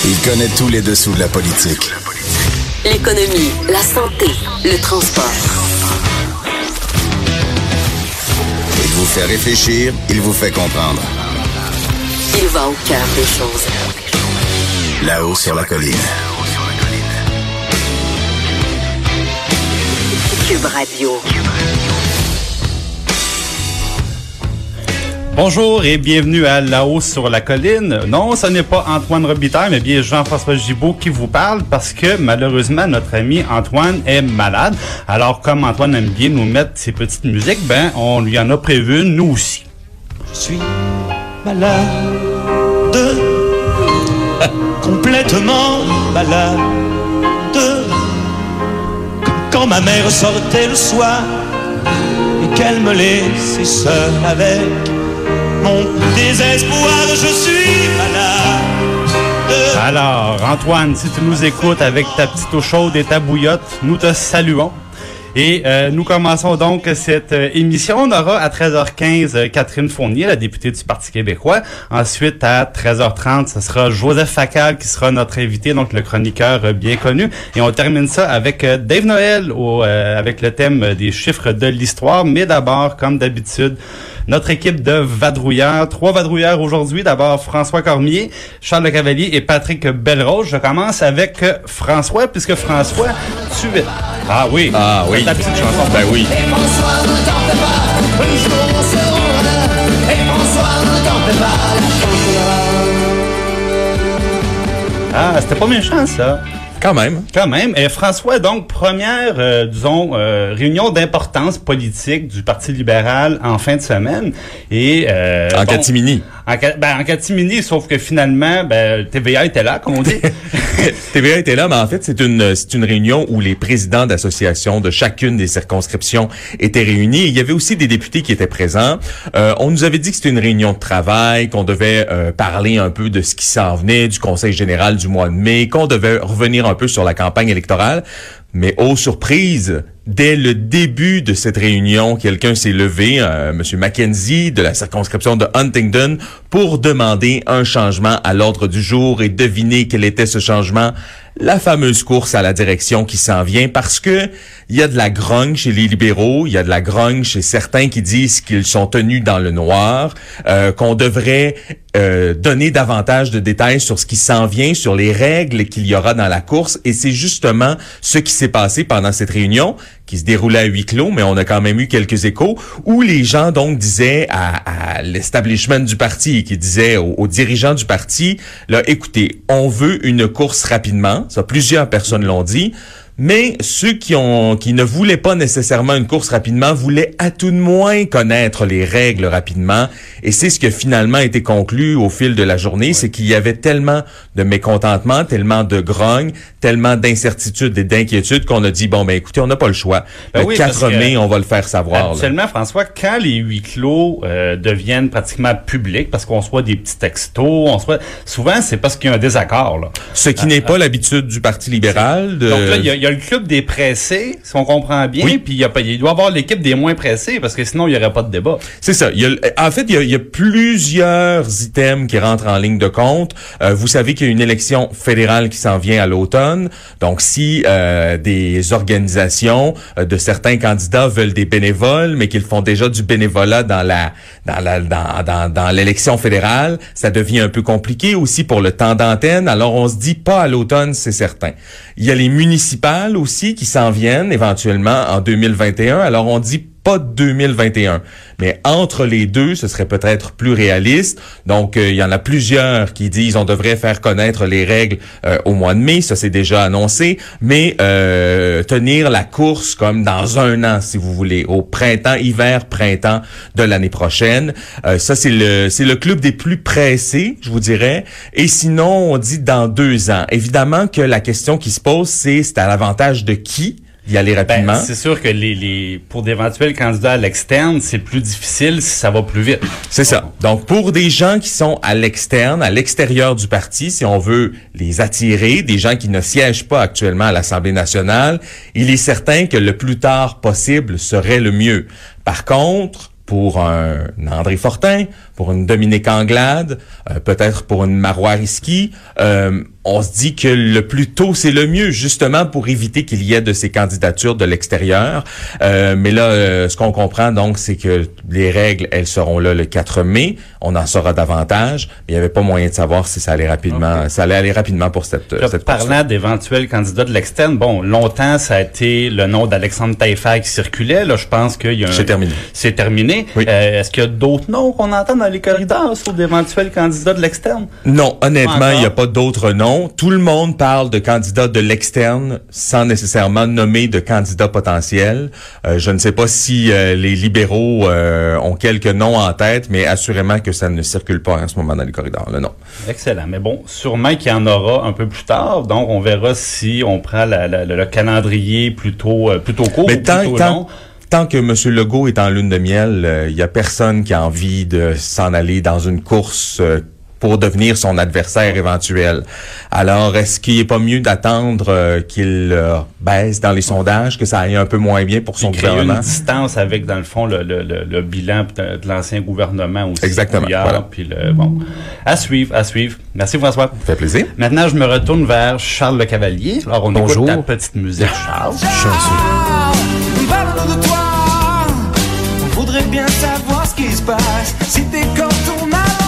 Il connaît tous les dessous de la politique. L'économie, la santé, le transport. Il vous fait réfléchir, il vous fait comprendre. Il va au cœur des choses. Là-haut sur la colline. Cube Radio. Bonjour et bienvenue à Là-haut sur la colline. Non, ce n'est pas Antoine Robitaille, mais bien Jean-François Gibault qui vous parle parce que malheureusement, notre ami Antoine est malade. Alors, comme Antoine aime bien nous mettre ses petites musiques, on lui en a prévu une, nous aussi. Je suis malade, complètement malade, comme quand ma mère sortait le soir et qu'elle me laissait seule avec mon désespoir. Je suis malade. Alors, Antoine, si tu nous écoutes avec ta petite eau chaude et ta bouillotte, nous te saluons. Et nous commençons donc cette émission. On aura à 13h15 Catherine Fournier, la députée du Parti québécois. Ensuite, à 13h30, ce sera Joseph Facal qui sera notre invité, donc le chroniqueur bien connu. Et on termine ça avec Dave Noël, avec le thème des chiffres de l'histoire. Mais d'abord, comme d'habitude, notre équipe de vadrouilleurs. 3 vadrouilleurs aujourd'hui. D'abord, François Cormier, Charles Le Cavalier et Patrick Belrose. Je commence avec François, puisque François, tu es... Ah oui. Ah oui. Ta petite chanson. Ben oui. Et François, ne t'en fais pas, un jour on se rendra. Et François, ne t'en fais pas, la chance. Ah, c'était pas méchant, ça. Quand même. Quand même. Et François, donc, première, réunion d'importance politique du Parti libéral en fin de semaine. Et En catimini. En catimini, sauf que finalement, TVA était là, comme on dit. TVA était là, mais en fait, c'est une réunion où les présidents d'associations de chacune des circonscriptions étaient réunis. Il y avait aussi des députés qui étaient présents. On nous avait dit que c'était une réunion de travail, qu'on devait parler un peu de ce qui s'en venait du Conseil général du mois de mai, qu'on devait revenir un peu sur la campagne électorale. Mais oh surprise, dès le début de cette réunion, quelqu'un s'est levé, Monsieur Mackenzie de la circonscription de Huntingdon, pour demander un changement à l'ordre du jour. Et devinez quel était ce changement? La fameuse course à la direction qui s'en vient, parce que il y a de la grogne chez les libéraux, il y a de la grogne chez certains qui disent qu'ils sont tenus dans le noir, qu'on devrait donner davantage de détails sur ce qui s'en vient, sur les règles qu'il y aura dans la course. Et c'est justement ce qui s'est passé pendant cette réunion, qui se déroulait à huis clos, mais on a quand même eu quelques échos, où les gens donc disaient à l'establishment du parti, qui disaient aux dirigeants du parti, là, écoutez, on veut une course rapidement. Ça, plusieurs personnes l'ont dit. Mais ceux qui ne voulaient pas nécessairement une course rapidement voulaient à tout de moins connaître les règles rapidement. Et c'est ce qui a finalement été conclu au fil de la journée, ouais. C'est qu'il y avait tellement de mécontentement, tellement de grogne, tellement d'incertitude et d'inquiétude qu'on a dit, écoutez, on n'a pas le choix. Le 4 mai, on va le faire savoir. Actuellement, François, quand les huis clos deviennent pratiquement publics, parce qu'on reçoit des petits textos, souvent, c'est parce qu'il y a un désaccord, là. Ce qui n'est pas l'habitude du Parti libéral. Donc là, il y a le club des pressés, si on comprend bien, oui. Puis il doit y avoir l'équipe des moins pressés, parce que sinon, il n'y aurait pas de débat. C'est ça. En fait, il y a plusieurs items qui rentrent en ligne de compte. Vous savez qu'il y a une élection fédérale qui s'en vient à l'automne. Donc, si des organisations de certains candidats veulent des bénévoles, mais qu'ils font déjà du bénévolat dans l'élection fédérale, ça devient un peu compliqué aussi pour le temps d'antenne. Alors, on se dit pas à l'automne, c'est certain. Il y a les municipales aussi qui s'en viennent éventuellement en 2021. Alors, on dit pas de 2021. Mais entre les deux, ce serait peut-être plus réaliste. Donc, il y en a plusieurs qui disent on devrait faire connaître les règles au mois de mai. Ça, c'est déjà annoncé. Mais tenir la course comme dans un an, si vous voulez, au printemps de l'année prochaine. Ça, c'est le club des plus pressés, je vous dirais. Et sinon, on dit dans 2 ans. Évidemment que la question qui se pose, c'est à l'avantage de qui d'y aller rapidement. C'est sûr que pour d'éventuels candidats à l'externe, c'est plus difficile si ça va plus vite. C'est ça. Donc, pour des gens qui sont à l'externe, à l'extérieur du parti, si on veut les attirer, des gens qui ne siègent pas actuellement à l'Assemblée nationale, il est certain que le plus tard possible serait le mieux. Par contre, pour un André Fortin, pour une Dominique Anglade, peut-être pour une Marois Risky. On se dit que le plus tôt, c'est le mieux, justement pour éviter qu'il y ait de ces candidatures de l'extérieur. Mais là, ce qu'on comprend, donc, c'est que les règles, elles seront là le 4 mai. On en saura davantage. Mais il n'y avait pas moyen de savoir si ça allait rapidement. Okay. Ça allait aller rapidement pour cette parlant d'éventuels candidats de l'externe, bon, longtemps, ça a été le nom d'Alexandre Taillefer qui circulait. Là, je pense qu'il y a C'est terminé. C'est terminé. Oui. Est-ce qu'il y a d'autres noms qu'on entend dans les corridors sur d'éventuels candidats de l'externe? Non, honnêtement, il n'y a pas d'autres noms. Tout le monde parle de candidats de l'externe sans nécessairement nommer de candidats potentiels. Je ne sais pas si les libéraux ont quelques noms en tête, mais assurément que ça ne circule pas en ce moment dans les corridors. Là, non. Excellent. Mais bon, sûrement qu'il y en aura un peu plus tard. Donc, on verra si on prend le calendrier plutôt court mais ou plutôt long. Tant que M. Legault est en lune de miel, il y a personne qui a envie de s'en aller dans une course pour devenir son adversaire éventuel. Alors, est-ce qu'il n'est pas mieux d'attendre qu'il baisse dans les sondages, que ça aille un peu moins bien pour son gouvernement? Une distance avec, dans le fond, le bilan de l'ancien gouvernement aussi. Exactement. Voilà. Puis bon, à suivre. Merci, François. Ça fait plaisir. Maintenant, je me retourne vers Charles Le Cavalier. Alors, on écoute ta petite musique, Charles. Chanceux. Parle de toi. On voudrait bien savoir ce qui se passe. Si t'es comme ton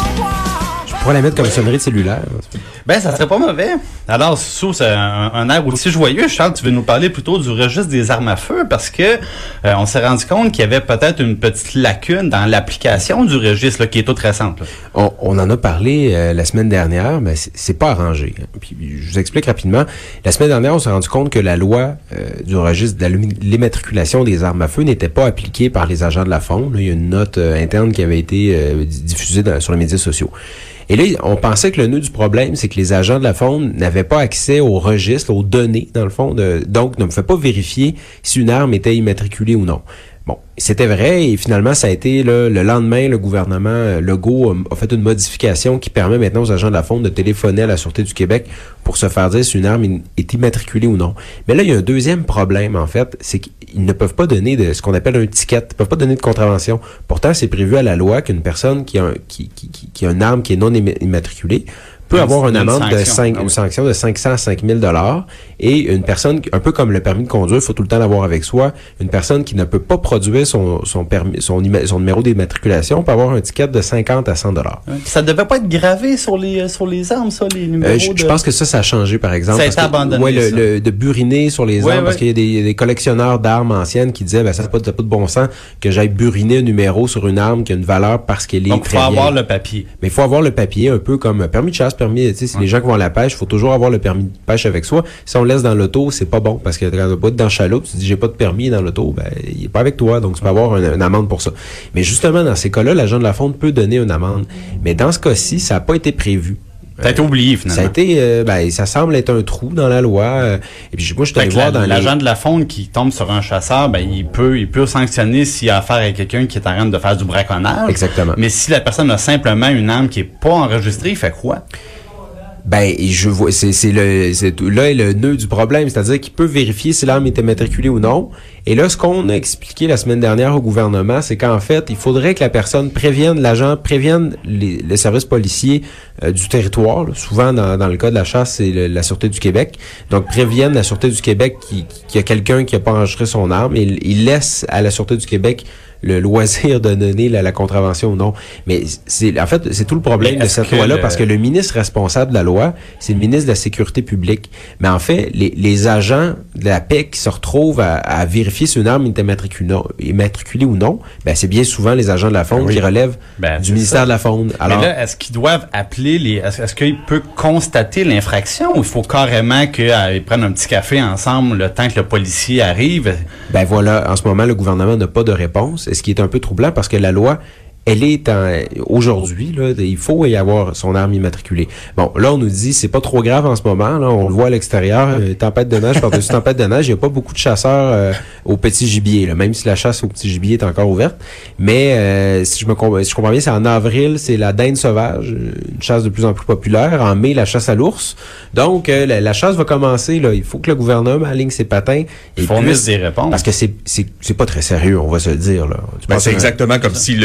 On pourrait la mettre comme sonnerie de cellulaire. Ben, ça serait pas mauvais. Alors, c'est un air aussi joyeux. Charles, tu veux nous parler plutôt du registre des armes à feu parce que on s'est rendu compte qu'il y avait peut-être une petite lacune dans l'application du registre là, qui est toute récente. Là. On en a parlé la semaine dernière, mais c'est pas arrangé. Puis, je vous explique rapidement. La semaine dernière, on s'est rendu compte que la loi du registre de l'immatriculation des armes à feu n'était pas appliquée par les agents de la FOND. Là, il y a une note interne qui avait été diffusée sur les médias sociaux. Et là, on pensait que le nœud du problème, c'est que les agents de la FOND n'avaient pas accès au registre, aux données, dans le fond, donc ne pouvaient pas vérifier si une arme était immatriculée ou non. Bon, c'était vrai et finalement, ça a été là, le lendemain, le gouvernement Legault a fait une modification qui permet maintenant aux agents de la FOND de téléphoner à la Sûreté du Québec pour se faire dire si une arme est immatriculée ou non. Mais là, il y a un deuxième problème, en fait, c'est qu'ils ne peuvent pas donner de ce qu'on appelle un ticket, ils ne peuvent pas donner de contravention. Pourtant, c'est prévu à la loi qu'une personne qui a une arme qui est non immatriculée peut avoir une amende une sanction de 500 à 5 000 $ et une personne, un peu comme le permis de conduire, il faut tout le temps l'avoir avec soi, une personne qui ne peut pas produire son numéro d'immatriculation peut avoir un ticket de 50 à 100 $. Ça devait pas être gravé sur les armes, ça, les numéros je pense que ça a changé, par exemple. Ça a été abandonné, de buriner sur les armes, parce qu'il y a des collectionneurs d'armes anciennes qui disaient, ça n'a pas de bon sens que j'aille buriner un numéro sur une arme qui a une valeur parce qu'elle est donc, très il faut vieille. avoir le papier. Mais il faut avoir le papier, un peu comme permis de chasse, si les gens qui vont à la pêche, il faut toujours avoir le permis de pêche avec soi. Si on le laisse dans l'auto, c'est pas bon, parce que quand tu vas être dans le chaloupe, tu dis j'ai pas de permis dans l'auto, il est pas avec toi, donc tu peux avoir une amende pour ça. Mais justement, dans ces cas-là, l'agent de la FOND peut donner une amende. Mais dans ce cas-ci, ça n'a pas été prévu. Ça a été oublié, finalement. Ça a été, ça semble être un trou dans la loi. Et puis, moi, je suis allé voir dans l'agent de la FOND qui tombe sur un chasseur, il peut sanctionner s'il a affaire avec quelqu'un qui est en train de faire du braconnage. Exactement. Mais si la personne a simplement une arme qui est pas enregistrée, il fait quoi? Je vois, là est le nœud du problème, c'est-à-dire qu'il peut vérifier si l'arme est immatriculée ou non. Et là, ce qu'on a expliqué la semaine dernière au gouvernement, c'est qu'en fait, il faudrait que la personne l'agent prévienne les services policiers du territoire. Là. Souvent, dans le cas de la chasse, c'est la Sûreté du Québec. Donc, préviennent la Sûreté du Québec qu'il y a quelqu'un qui n'a pas enregistré son arme et il laisse à la Sûreté du Québec le loisir de donner la contravention ou non. Mais c'est tout le problème de cette loi-là, parce que le ministre responsable de la loi, c'est le ministre de la Sécurité publique. Mais en fait, les agents de la PEC qui se retrouvent à vérifier si une arme est immatriculée ou non, c'est bien souvent les agents de la FOND qui relèvent du ministère de la FOND. Alors, mais là, est-ce qu'ils doivent appeler est-ce qu'ils peuvent constater l'infraction ou il faut carrément qu'ils prennent un petit café ensemble le temps que le policier arrive? Voilà, en ce moment, le gouvernement n'a pas de réponse. Ce qui est un peu troublant parce que la loi, elle est aujourd'hui, là, il faut y avoir son arme immatriculée. Bon, là, on nous dit, c'est pas trop grave en ce moment, là, on le voit à l'extérieur, tempête de neige par-dessus tempête de neige, il n'y a pas beaucoup de chasseurs au petit gibier, là, même si la chasse au petit gibier est encore ouverte. Mais, si je comprends bien, c'est en avril, c'est la dinde sauvage, une chasse de plus en plus populaire. En mai, la chasse à l'ours. Donc, la chasse va commencer, là. Il faut que le gouvernement aligne ses patins. Il faut des réponses. Parce que c'est pas très sérieux, on va se le dire, là. C'est exactement comme si le service de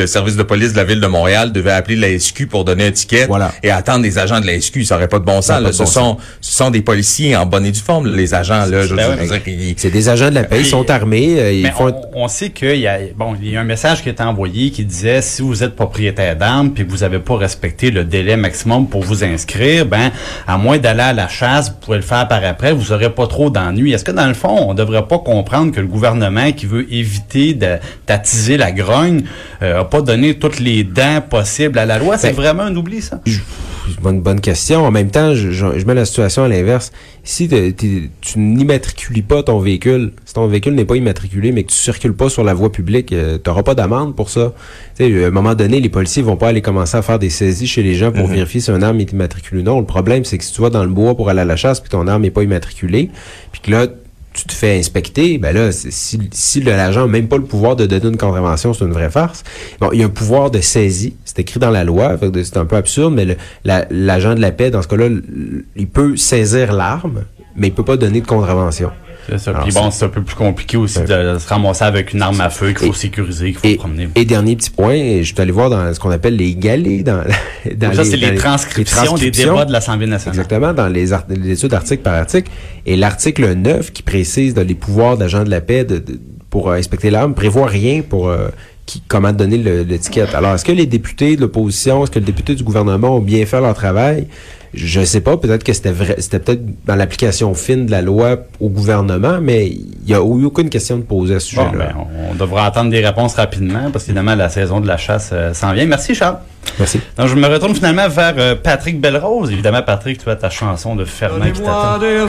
police de la Ville de Montréal devait appeler la SQ pour donner un ticket et attendre les agents de la SQ. Ça aurait pas de bon sens. Là. Ce sont des policiers en bonne et due forme, les agents. Là, c'est des agents de la paix, ils sont armés. On sait qu'il y a un message qui est envoyé qui disait si vous êtes propriétaire d'armes puis que vous n'avez pas respecté le délai maximum pour vous inscrire, à moins d'aller à la chasse, vous pouvez le faire par après, vous n'aurez pas trop d'ennuis. Est-ce que dans le fond, on devrait pas comprendre que le gouvernement qui veut éviter d'attiser la grogne a pas donné toutes les dents possibles à la loi? C'est vraiment un oubli, ça? C'est une bonne question. En même temps, je mets la situation à l'inverse. Si tu n'immatricules pas ton véhicule, si ton véhicule n'est pas immatriculé, mais que tu circules pas sur la voie publique, tu n'auras pas d'amende pour ça. T'sais, à un moment donné, les policiers vont pas aller commencer à faire des saisies chez les gens pour vérifier si un arme est immatriculée ou non. Le problème, c'est que si tu vas dans le bois pour aller à la chasse puis ton arme n'est pas immatriculée, puis que là, tu te fais inspecter, si l'agent n'a même pas le pouvoir de donner une contravention, c'est une vraie farce. Bon, il y a un pouvoir de saisie, c'est écrit dans la loi, c'est un peu absurde, mais l'agent de la paix, dans ce cas-là, il peut saisir l'arme, mais il peut pas donner de contravention. C'est ça. Puis c'est un peu plus compliqué aussi de se ramasser avec une arme à feu qu'il faut sécuriser, qu'il faut promener. Et dernier petit point, je suis allé voir dans ce qu'on appelle les galets, c'est les transcriptions des débats de l'Assemblée nationale. Exactement, dans les études article par article. Et l'article 9 qui précise les pouvoirs d'agents de la paix pour inspecter l'arme prévoit rien pour comment donner l'étiquette. Alors, est-ce que les députés de l'opposition, est-ce que les députés du gouvernement ont bien fait leur travail? Je sais pas, peut-être que c'était peut-être dans l'application fine de la loi au gouvernement, mais il n'y a eu aucune question de poser à ce sujet-là. On devra attendre des réponses rapidement, parce qu'évidemment, la saison de la chasse s'en vient. Merci, Charles. Merci. Donc, je me retourne finalement vers Patrick Belrose. Évidemment, Patrick, tu as ta chanson de Fernand qui t'attend. Des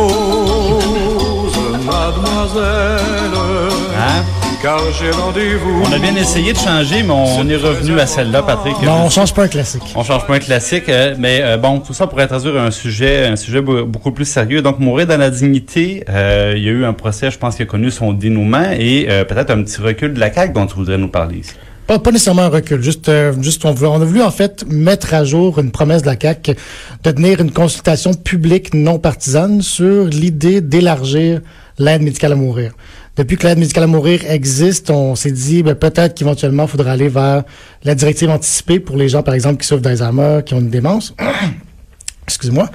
roses, mademoiselle. Hein? Car j'ai rendez-vous. On a bien essayé de changer, mais on est revenu à celle-là, Patrick. Non, on change pas un classique. On change pas un classique, mais tout ça pour introduire un sujet beaucoup plus sérieux. Donc, mourir dans la dignité, il y a eu un procès, je pense, qui a connu son dénouement et peut-être un petit recul de la CAQ dont tu voudrais nous parler ici. Pas nécessairement un recul, juste on a voulu en fait mettre à jour une promesse de la CAQ de tenir une consultation publique non partisane sur l'idée d'élargir l'aide médicale à mourir. Depuis que l'aide médicale à mourir existe, on s'est dit peut-être qu'éventuellement il faudra aller vers la directive anticipée pour les gens par exemple qui souffrent d'Alzheimer, qui ont une démence. Excusez-moi.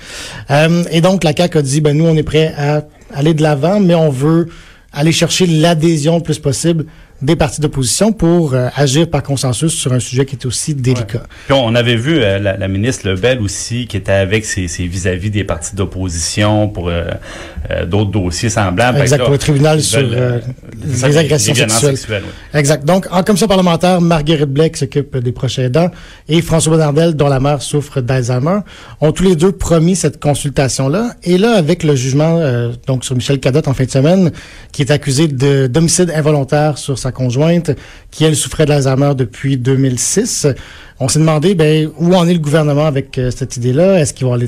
Et donc la CAQ a dit nous on est prêt à aller de l'avant, mais on veut aller chercher l'adhésion le plus possible des partis d'opposition pour agir par consensus sur un sujet qui est aussi délicat. Ouais. Puis on avait vu la ministre Lebel aussi qui était avec ses vis-à-vis des partis d'opposition pour d'autres dossiers semblables. Exact, pour le tribunal sur les agressions sexuelles. Ouais. Exact. Donc, en commission parlementaire, Marguerite Blais qui s'occupe des proches aidants et François Bonnardel, dont la mère souffre d'Alzheimer, ont tous les deux promis cette consultation-là. Et là, avec le jugement donc sur Michel Cadotte en fin de semaine, qui est accusé d'homicide involontaire sur sa conjointe, qui, elle, souffrait de l'Alzheimer depuis 2006. On s'est demandé, où en est le gouvernement avec cette idée-là? Est-ce qu'ils vont aller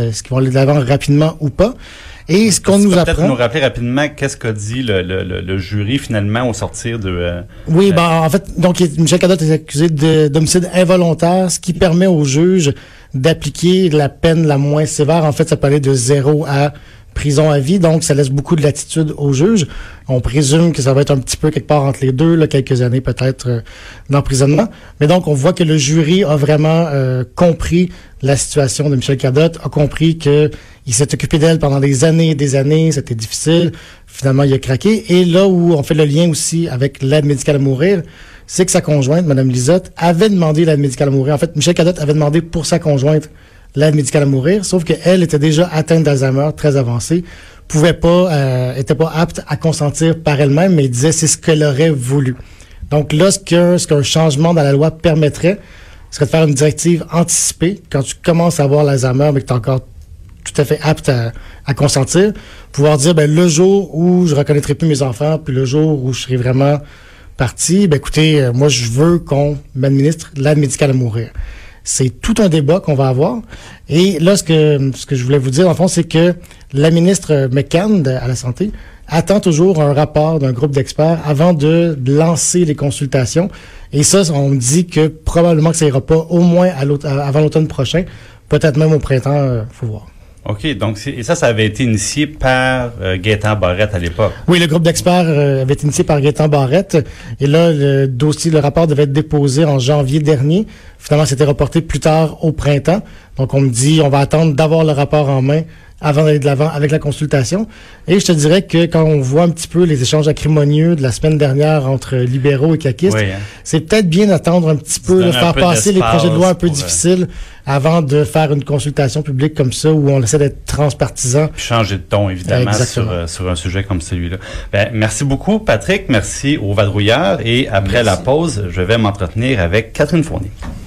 de l'avant rapidement ou pas? Et ce qu'on nous apprend... Peut-être nous rappeler rapidement qu'est-ce qu'a dit le jury, finalement, au sortir de... Oui, en fait, donc, Michel Cadotte est accusé d'homicide involontaire, ce qui permet au juge d'appliquer la peine la moins sévère. En fait, ça peut aller de 0 à prison à vie, donc ça laisse beaucoup de latitude au juge. On présume que ça va être un petit peu quelque part entre les deux, quelques années peut-être d'emprisonnement. Mais donc, on voit que le jury a vraiment compris la situation de Michel Cadotte, a compris que il s'est occupé d'elle pendant des années, c'était difficile. Finalement, il a craqué. Et là où on fait le lien aussi avec l'aide médicale à mourir, c'est que sa conjointe, Mme Lisotte, avait demandé l'aide médicale à mourir. En fait, Michel Cadotte avait demandé pour sa conjointe l'aide médicale à mourir, sauf qu'elle était déjà atteinte d'Alzheimer, très avancée, était pas apte à consentir par elle-même, mais il disait c'est ce qu'elle aurait voulu. Donc là, ce qu'un changement dans la loi permettrait, serait de faire une directive anticipée, quand tu commences à avoir l'Alzheimer, mais que tu es encore tout à fait apte à consentir, pouvoir dire, le jour où je reconnaîtrai plus mes enfants, puis le jour où je serai vraiment parti, écoutez, moi je veux qu'on m'administre l'aide médicale à mourir. C'est tout un débat qu'on va avoir. Et là, ce que je voulais vous dire, en fond, c'est que la ministre McCann à la Santé attend toujours un rapport d'un groupe d'experts avant de lancer les consultations. Et ça, on dit que probablement que ça ira pas au moins avant l'automne prochain, peut-être même au printemps, faut voir. OK, donc et ça avait été initié par Gaétan Barrette à l'époque. Oui, le groupe d'experts avait été initié par Gaétan Barrette. Et là, le rapport devait être déposé en janvier dernier. Finalement, c'était reporté plus tard au printemps. Donc, on me dit, on va attendre d'avoir le rapport en main avant d'aller de l'avant avec la consultation. Et je te dirais que quand on voit un petit peu les échanges acrimonieux de la semaine dernière entre libéraux et caquistes, c'est peut-être bien d'attendre un petit peu, de faire passer les projets de loi un peu difficiles avant de faire une consultation publique comme ça où on essaie d'être transpartisan. Puis changer de ton, évidemment, sur un sujet comme celui-là. Merci beaucoup, Patrick. Merci aux vadrouilleurs. Et après la pause, je vais m'entretenir avec Catherine Fournier.